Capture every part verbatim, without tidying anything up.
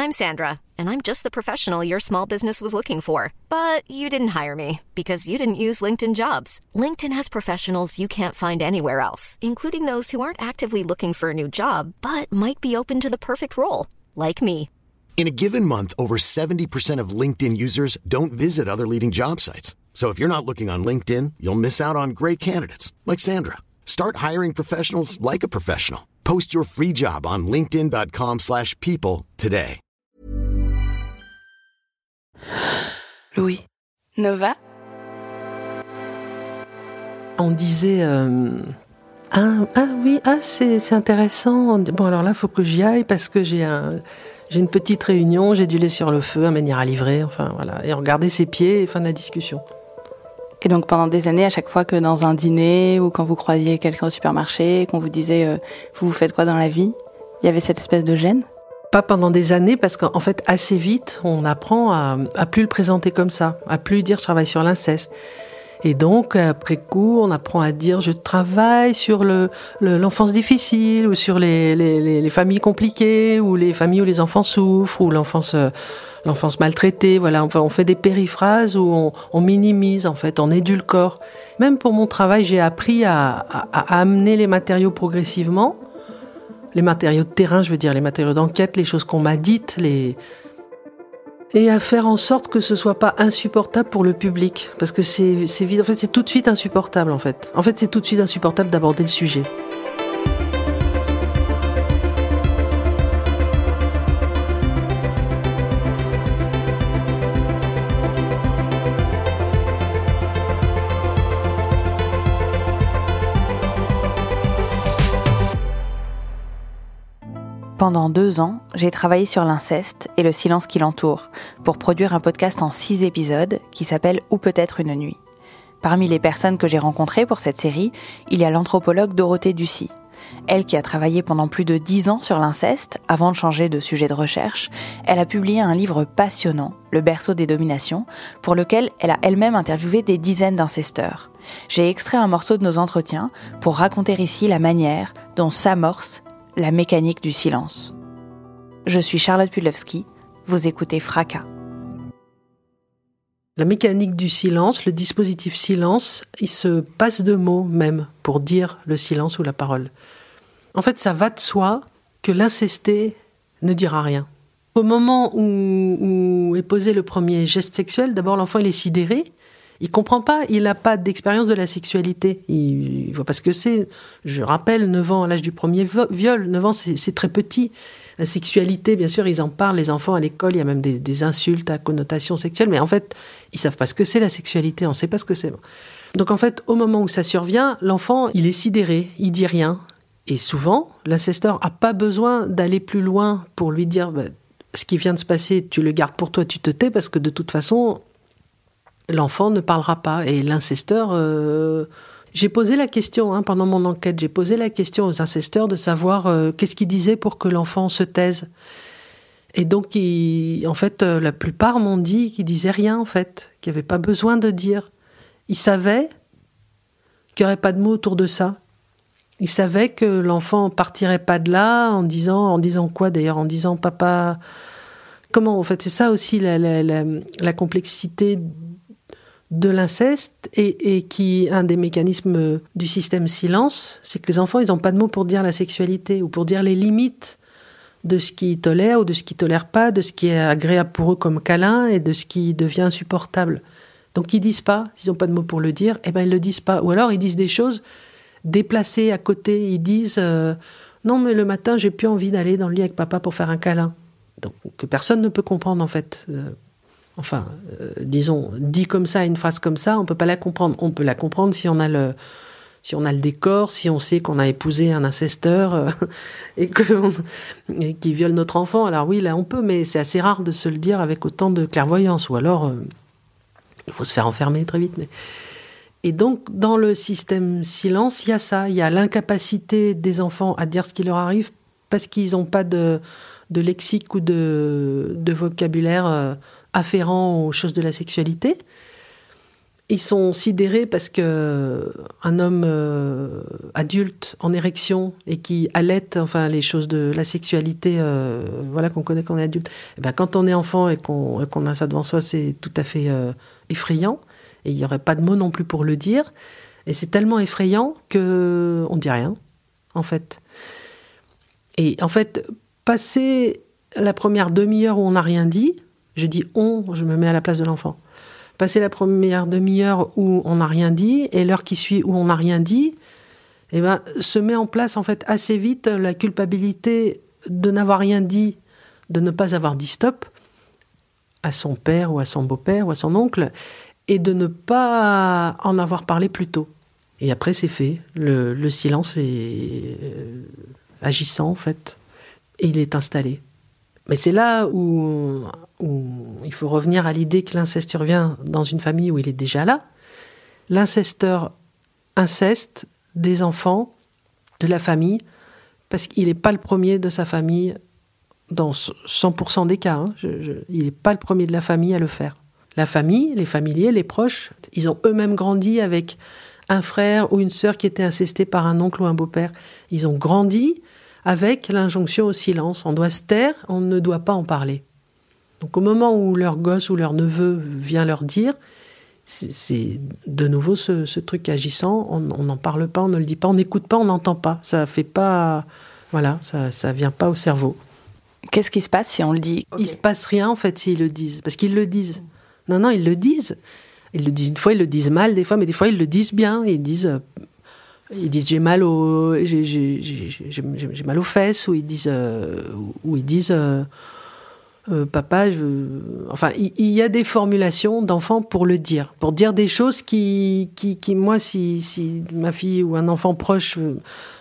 I'm Sandra, and I'm just the professional your small business was looking for. But you didn't hire me because you didn't use LinkedIn Jobs. LinkedIn has professionals you can't find anywhere else, including those who aren't actively looking for a new job, but might be open to the perfect role, like me. In a given month, over seventy percent of LinkedIn users don't visit other leading job sites. So if you're not looking on LinkedIn, you'll miss out on great candidates like Sandra. Start hiring professionals like a professional. Post your free job on linkedin.com slash people today. Louis. Nova. On disait... Euh, ah, ah oui, ah, c'est, c'est intéressant. Bon, alors là, il faut que j'y aille parce que j'ai un... J'ai une petite réunion, j'ai du lait sur le feu, un manière à livrer, enfin voilà. Et regarder ses pieds et fin de la discussion. Et donc pendant des années, à chaque fois que dans un dîner ou quand vous croisiez quelqu'un au supermarché, qu'on vous disait euh, « vous vous faites quoi dans la vie ?», il y avait cette espèce de gêne ? Pas pendant des années, parce qu'en fait, assez vite, on apprend à, à plus le présenter comme ça, à plus dire « je travaille sur l'inceste ». Et donc, après coup, on apprend à dire « je travaille sur le, le, l'enfance difficile » ou sur les, les, les, les familles compliquées, ou les familles où les enfants souffrent, ou l'enfance, euh, l'enfance maltraitée. Voilà, enfin, on fait des périphrases où on, on minimise, en fait, on édulcore. Même pour mon travail, j'ai appris à, à, à amener les matériaux progressivement. Les matériaux de terrain, je veux dire, les matériaux d'enquête, les choses qu'on m'a dites, les... et à faire en sorte que ce soit pas insupportable pour le public, parce que c'est c'est vite, en fait c'est tout de suite insupportable en fait. En fait c'est tout de suite insupportable d'aborder le sujet. Pendant deux ans, j'ai travaillé sur l'inceste et le silence qui l'entoure pour produire un podcast en six épisodes qui s'appelle « Ou peut-être une nuit ». Parmi les personnes que j'ai rencontrées pour cette série, il y a l'anthropologue Dorothée Ducy. Elle qui a travaillé pendant plus de dix ans sur l'inceste, avant de changer de sujet de recherche, elle a publié un livre passionnant, Le berceau des dominations, pour lequel elle a elle-même interviewé des dizaines d'incesteurs. J'ai extrait un morceau de nos entretiens pour raconter ici la manière dont s'amorce la mécanique du silence. Je suis Charlotte Pudlowski, vous écoutez Fracas. La mécanique du silence, le dispositif silence, il se passe de mots même pour dire le silence ou la parole. En fait, ça va de soi que l'incesté ne dira rien. Au moment où, où est posé le premier geste sexuel, d'abord l'enfant il est sidéré. Il comprend pas, il n'a pas d'expérience de la sexualité. Il ne voit pas ce que c'est. Je rappelle, neuf ans, à l'âge du premier viol, neuf ans, c'est, c'est très petit. La sexualité, bien sûr, ils en parlent, les enfants à l'école, il y a même des, des insultes à connotation sexuelle, mais en fait, ils savent pas ce que c'est la sexualité, on ne sait pas ce que c'est. Donc en fait, au moment où ça survient, l'enfant, il est sidéré, il dit rien. Et souvent, l'incesteur n'a pas besoin d'aller plus loin pour lui dire bah, ce qui vient de se passer, tu le gardes pour toi, tu te tais, parce que de toute façon... l'enfant ne parlera pas. Et l'incesteur... Euh... J'ai posé la question, hein, pendant mon enquête, j'ai posé la question aux incesteurs de savoir euh, qu'est-ce qu'ils disaient pour que l'enfant se taise. Et donc, ils, en fait, euh, la plupart m'ont dit qu'ils disaient rien, en fait, qu'il n'y avait pas besoin de dire. Ils savaient qu'il n'y aurait pas de mots autour de ça. Ils savaient que l'enfant partirait pas de là en disant... En disant quoi, d'ailleurs? En disant « Papa... » Comment, en fait, c'est ça aussi la, la, la, la complexité de l'inceste et, et qui, un des mécanismes du système silence, c'est que les enfants, ils n'ont pas de mots pour dire la sexualité ou pour dire les limites de ce qu'ils tolèrent ou de ce qu'ils tolèrent pas, de ce qui est agréable pour eux comme câlin et de ce qui devient insupportable. Donc ils disent pas, s'ils n'ont pas de mots pour le dire, eh ben ils le disent pas. Ou alors ils disent des choses déplacées à côté. Ils disent euh, non mais le matin j'ai plus envie d'aller dans le lit avec papa pour faire un câlin. Donc que personne ne peut comprendre en fait. Euh, Enfin, euh, disons, dit comme ça, une phrase comme ça, on ne peut pas la comprendre. On peut la comprendre si on a le, si on a le décor, si on sait qu'on a épousé un incesteur euh, et, que on, et qu'il viole notre enfant. Alors oui, là on peut, mais c'est assez rare de se le dire avec autant de clairvoyance. Ou alors, euh, il faut se faire enfermer très vite. Mais... Et donc, dans le système silence, il y a ça. Il y a l'incapacité des enfants à dire ce qui leur arrive parce qu'ils n'ont pas de, de lexique ou de, de vocabulaire... Euh, afférent aux choses de la sexualité. Ils sont sidérés parce que un homme euh, adulte en érection et qui allaite, enfin les choses de la sexualité, euh, voilà qu'on connaît quand on est adulte. Et ben quand on est enfant et qu'on, et qu'on a ça devant soi, c'est tout à fait euh, effrayant. Et il n'y aurait pas de mots non plus pour le dire. Et c'est tellement effrayant que on dit rien, en fait. Et en fait, passer la première demi-heure où on n'a rien dit, je dis on, je me mets à la place de l'enfant. Passer la première demi-heure où on n'a rien dit et l'heure qui suit où on n'a rien dit, eh ben, se met en place en fait assez vite la culpabilité de n'avoir rien dit, de ne pas avoir dit stop à son père ou à son beau-père ou à son oncle et de ne pas en avoir parlé plus tôt. Et après c'est fait, le, le silence est euh, agissant en fait et il est installé. Mais c'est là où, où il faut revenir à l'idée que l'inceste survient dans une famille où il est déjà là. L'incesteur inceste des enfants de la famille parce qu'il n'est pas le premier de sa famille dans cent pour cent des cas. Hein, je, je, il n'est pas le premier de la famille à le faire. La famille, les familiers, les proches, ils ont eux-mêmes grandi avec un frère ou une sœur qui était incesté par un oncle ou un beau-père. Ils ont grandi avec l'injonction au silence. On doit se taire, on ne doit pas en parler. Donc au moment où leur gosse ou leur neveu vient leur dire, c'est, c'est de nouveau ce, ce truc agissant, on n'en parle pas, on ne le dit pas, on n'écoute pas, on n'entend pas. Ça fait pas... Voilà, ça, ça vient pas au cerveau. Qu'est-ce qui se passe si on le dit ? Il se passe rien en fait s'ils le disent, parce qu'ils le disent. Non, non, ils le disent. Ils le disent une fois, ils le disent mal des fois, mais des fois ils le disent bien. Ils disent... Ils disent j'ai mal au j'ai, j'ai, j'ai, j'ai, j'ai mal aux fesses, ou ils disent euh, ou ils disent euh, euh, papa je veux... enfin il, il y a des formulations d'enfants pour le dire, pour dire des choses qui qui, qui moi si si ma fille ou un enfant proche m-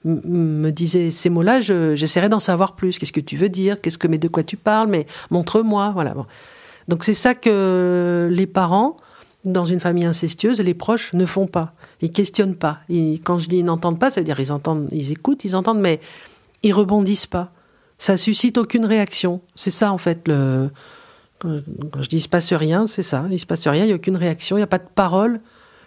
me disait ces mots-là, je, j'essaierais d'en savoir plus. Qu'est-ce que tu veux dire ? Qu'est-ce que mais de quoi tu parles ? Mais montre-moi, voilà. Bon. Donc c'est ça que les parents dans une famille incestueuse, les proches ne font pas. Ils questionnent pas. Ils, quand je dis ils n'entendent pas, ça veut dire ils entendent, ils écoutent, ils entendent, mais ils rebondissent pas. Ça suscite aucune réaction. C'est ça en fait. Le... Quand, quand je dis il se passe rien, c'est ça. Il se passe rien, il y a aucune réaction, il y a pas de parole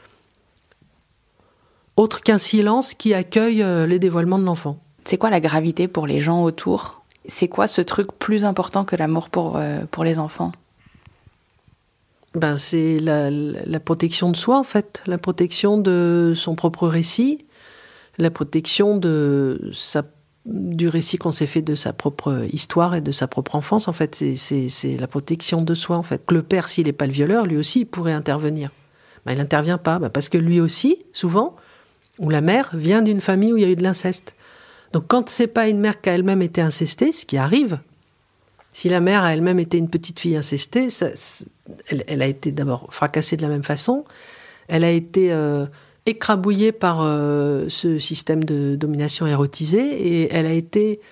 autre qu'un silence qui accueille les dévoilements de l'enfant. C'est quoi la gravité pour les gens autour ? C'est quoi ce truc plus important que l'amour pour euh, pour les enfants ? Ben, c'est la, la protection de soi, en fait. La protection de son propre récit. La protection de sa, du récit qu'on s'est fait de sa propre histoire et de sa propre enfance, en fait. C'est, c'est, c'est la protection de soi, en fait. Le père, s'il n'est pas le violeur, lui aussi, il pourrait intervenir. Ben, il n'intervient pas, ben, parce que lui aussi, souvent, ou la mère, vient d'une famille où il y a eu de l'inceste. Donc, quand c'est pas une mère qui a elle-même été incestée, ce qui arrive... Si la mère a elle-même été une petite fille incestée, ça, elle, elle a été d'abord fracassée de la même façon. Elle a été euh, écrabouillée par euh, ce système de domination érotisée et elle a été,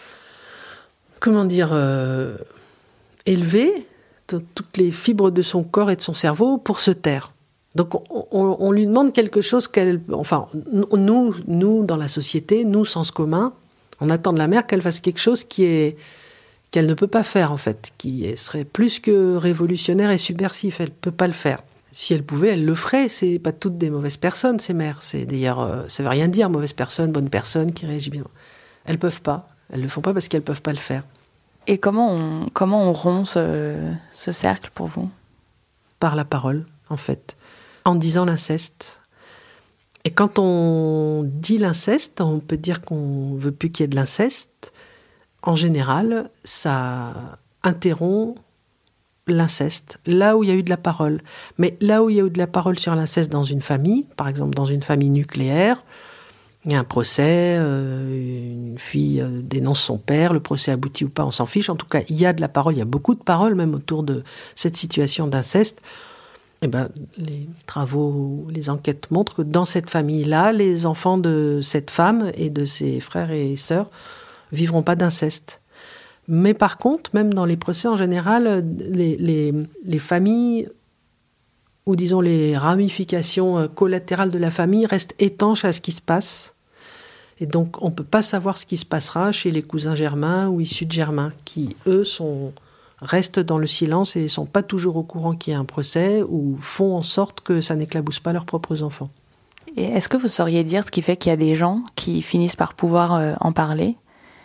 comment dire, euh, élevée, t- toutes les fibres de son corps et de son cerveau pour se taire. Donc on, on, on lui demande quelque chose qu'elle... Enfin, nous, nous, dans la société, nous, sens commun, on attend de la mère qu'elle fasse quelque chose qui est... qu'elle ne peut pas faire, en fait, qui serait plus que révolutionnaire et subversif. Elle ne peut pas le faire. Si elle pouvait, elle le ferait. C'est pas toutes des mauvaises personnes, ces mères. C'est, d'ailleurs, euh, ça ne veut rien dire, mauvaise personne, bonne personne, qui réagit bien. Elles ne peuvent pas. Elles ne le font pas parce qu'elles ne peuvent pas le faire. Et comment on, comment on rompt ce, ce cercle pour vous ? Par la parole, en fait. En disant l'inceste. Et quand on dit l'inceste, on peut dire qu'on ne veut plus qu'il y ait de l'inceste. En général, ça interrompt l'inceste, là où il y a eu de la parole. Mais là où il y a eu de la parole sur l'inceste dans une famille, par exemple dans une famille nucléaire, il y a un procès, euh, une fille euh, dénonce son père, le procès aboutit ou pas, on s'en fiche. En tout cas, il y a de la parole, il y a beaucoup de paroles même autour de cette situation d'inceste. Eh ben, les travaux, les enquêtes montrent que dans cette famille-là, les enfants de cette femme et de ses frères et sœurs vivront pas d'inceste. Mais par contre, même dans les procès en général, les, les, les familles, ou disons les ramifications collatérales de la famille restent étanches à ce qui se passe. Et donc on ne peut pas savoir ce qui se passera chez les cousins germains ou issus de germains, qui eux sont restent dans le silence et ne sont pas toujours au courant qu'il y a un procès ou font en sorte que ça n'éclabousse pas leurs propres enfants. Et est-ce que vous sauriez dire ce qui fait qu'il y a des gens qui finissent par pouvoir euh, en parler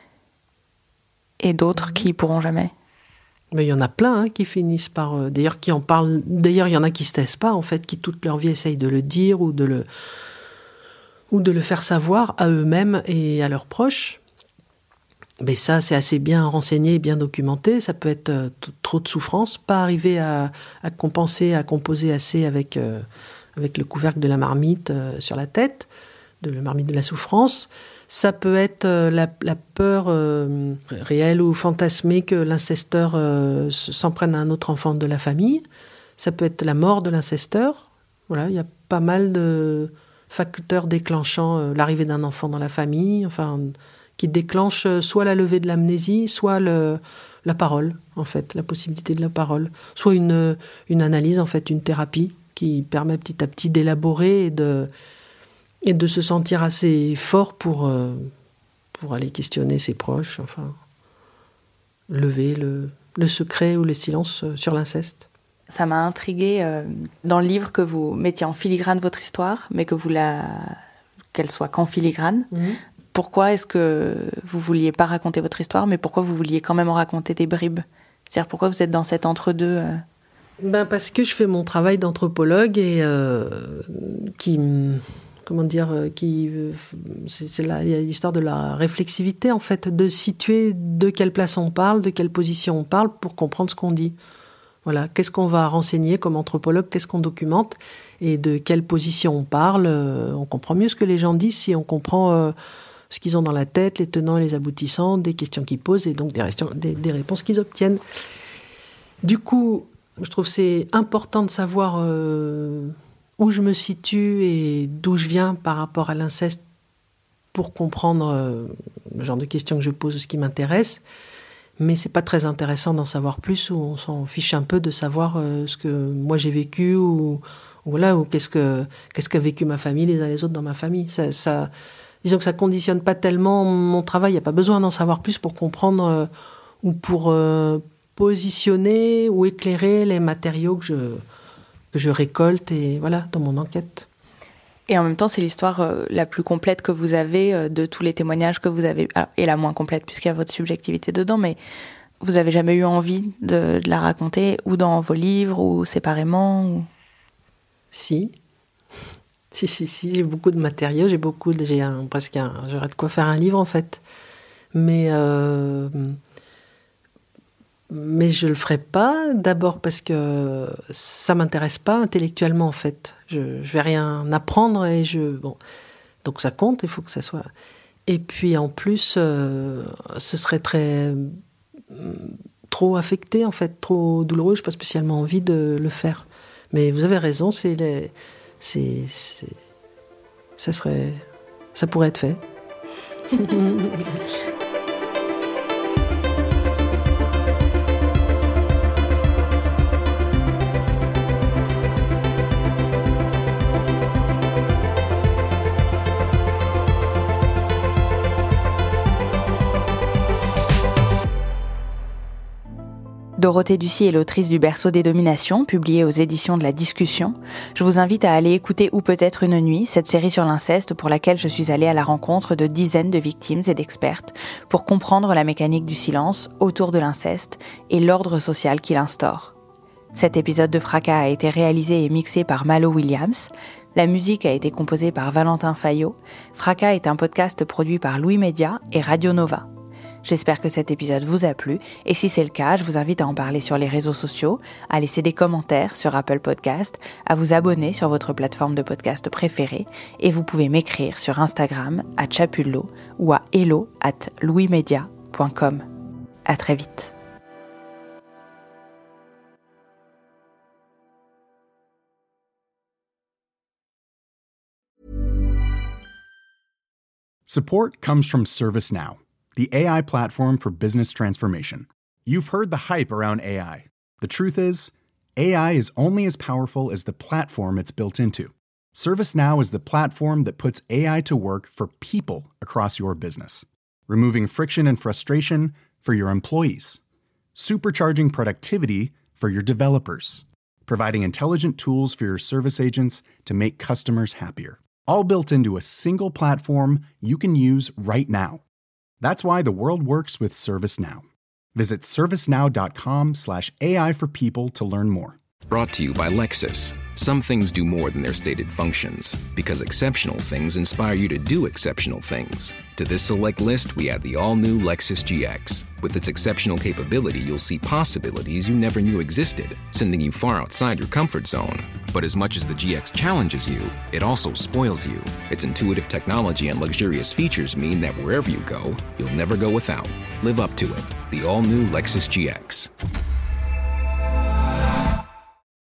et d'autres qui pourront jamais ? Mais il y en a plein hein, qui finissent par... Euh, d'ailleurs, qui en parlent... D'ailleurs, il y en a qui ne se taisent pas, en fait, qui toute leur vie essayent de le dire ou de le, ou de le faire savoir à eux-mêmes et à leurs proches. Mais ça, c'est assez bien renseigné, bien documenté. Ça peut être euh, t- trop de souffrance, pas arriver à, à compenser, à composer assez avec, euh, avec le couvercle de la marmite euh, sur la tête, de la marmite de la souffrance. Ça peut être euh, la, la peur euh, réelle ou fantasmée que l'incesteur euh, s'en prenne à un autre enfant de la famille. Ça peut être la mort de l'incesteur. Voilà, il y a pas mal de facteurs déclenchant euh, l'arrivée d'un enfant dans la famille, enfin, qui déclenchent soit la levée de l'amnésie, soit le, la parole, en fait, la possibilité de la parole. Soit une, une analyse, en fait, une thérapie qui permet petit à petit d'élaborer et de... et de se sentir assez fort pour, euh, pour aller questionner ses proches, enfin, lever le, le secret ou le silence sur l'inceste. Ça m'a intriguée euh, dans le livre que vous mettiez en filigrane votre histoire, mais que vous la... qu'elle soit qu'en filigrane. Mmh. Pourquoi est-ce que vous vouliez pas raconter votre histoire, mais pourquoi vous vouliez quand même en raconter des bribes ? C'est-à-dire pourquoi vous êtes dans cet entre-deux euh... Ben parce que je fais mon travail d'anthropologue et euh, qui... Comment dire, qui, c'est, c'est la, l'histoire de la réflexivité, en fait, de situer de quelle place on parle, de quelle position on parle pour comprendre ce qu'on dit. Voilà, qu'est-ce qu'on va renseigner comme anthropologue, qu'est-ce qu'on documente et de quelle position on parle. Euh, on comprend mieux ce que les gens disent si on comprend euh, ce qu'ils ont dans la tête, les tenants et les aboutissants, des questions qu'ils posent et donc des, restions, des, des réponses qu'ils obtiennent. Du coup, je trouve que c'est important de savoir... Euh, où je me situe et d'où je viens par rapport à l'inceste pour comprendre euh, le genre de questions que je pose ou ce qui m'intéresse. Mais c'est pas très intéressant d'en savoir plus, ou on s'en fiche un peu de savoir euh, ce que moi j'ai vécu ou, ou, voilà, ou qu'est-ce, que, qu'est-ce qu'a vécu ma famille, les uns les autres dans ma famille. Ça, ça, disons que ça conditionne pas tellement mon travail, il n'y a pas besoin d'en savoir plus pour comprendre euh, ou pour euh, positionner ou éclairer les matériaux que je... que je récolte et voilà, dans mon enquête. Et en même temps, c'est l'histoire euh, la plus complète que vous avez euh, de tous les témoignages que vous avez, alors, et la moins complète puisqu'il y a votre subjectivité dedans, mais vous avez jamais eu envie de, de la raconter, ou dans vos livres, ou séparément ou... Si. Si, si, si, j'ai beaucoup de matériaux, j'ai beaucoup de, j'ai un, presque un, j'aurais de quoi faire un livre en fait. Mais... Euh, Mais je le ferai pas, d'abord parce que ça m'intéresse pas intellectuellement en fait. Je, je vais rien apprendre et je bon, donc ça compte, il faut que ça soit. Et puis en plus, euh, ce serait très trop affecté en fait, trop douloureux. Je n'ai pas spécialement envie de le faire. Mais vous avez raison, c'est les, c'est, c'est, ça serait, ça pourrait être fait. Dorothée Ducy est l'autrice du Berceau des dominations, publié aux éditions de La Discussion. Je vous invite à aller écouter Ou peut-être une nuit, cette série sur l'inceste pour laquelle je suis allée à la rencontre de dizaines de victimes et d'expertes pour comprendre la mécanique du silence autour de l'inceste et l'ordre social qu'il instaure. Cet épisode de Fracas a été réalisé et mixé par Malo Williams. La musique a été composée par Valentin Fayot. Fracas est un podcast produit par Louis Média et Radio Nova. J'espère que cet épisode vous a plu et si c'est le cas, je vous invite à en parler sur les réseaux sociaux, à laisser des commentaires sur Apple Podcast, à vous abonner sur votre plateforme de podcast préférée et vous pouvez m'écrire sur Instagram à chapullo ou à hello at louismedia point com. À très vite. Support comes from ServiceNow, the A I platform for business transformation. You've heard the hype around A I. The truth is, A I is only as powerful as the platform it's built into. ServiceNow is the platform that puts A I to work for people across your business, removing friction and frustration for your employees. supercharging productivity for your developers, providing intelligent tools for your service agents to make customers happier. All built into a single platform you can use right now. That's why the world works with ServiceNow. Visit servicenow.com slash AI for people to learn more. Brought to you by Lexus. Some things do more than their stated functions, because exceptional things inspire you to do exceptional things. To this select list, we add the all-new Lexus G X. With its exceptional capability, you'll see possibilities you never knew existed, sending you far outside your comfort zone. But as much as the G X challenges you, it also spoils you. Its intuitive technology and luxurious features mean that wherever you go, you'll never go without. Live up to it. The all-new Lexus G X.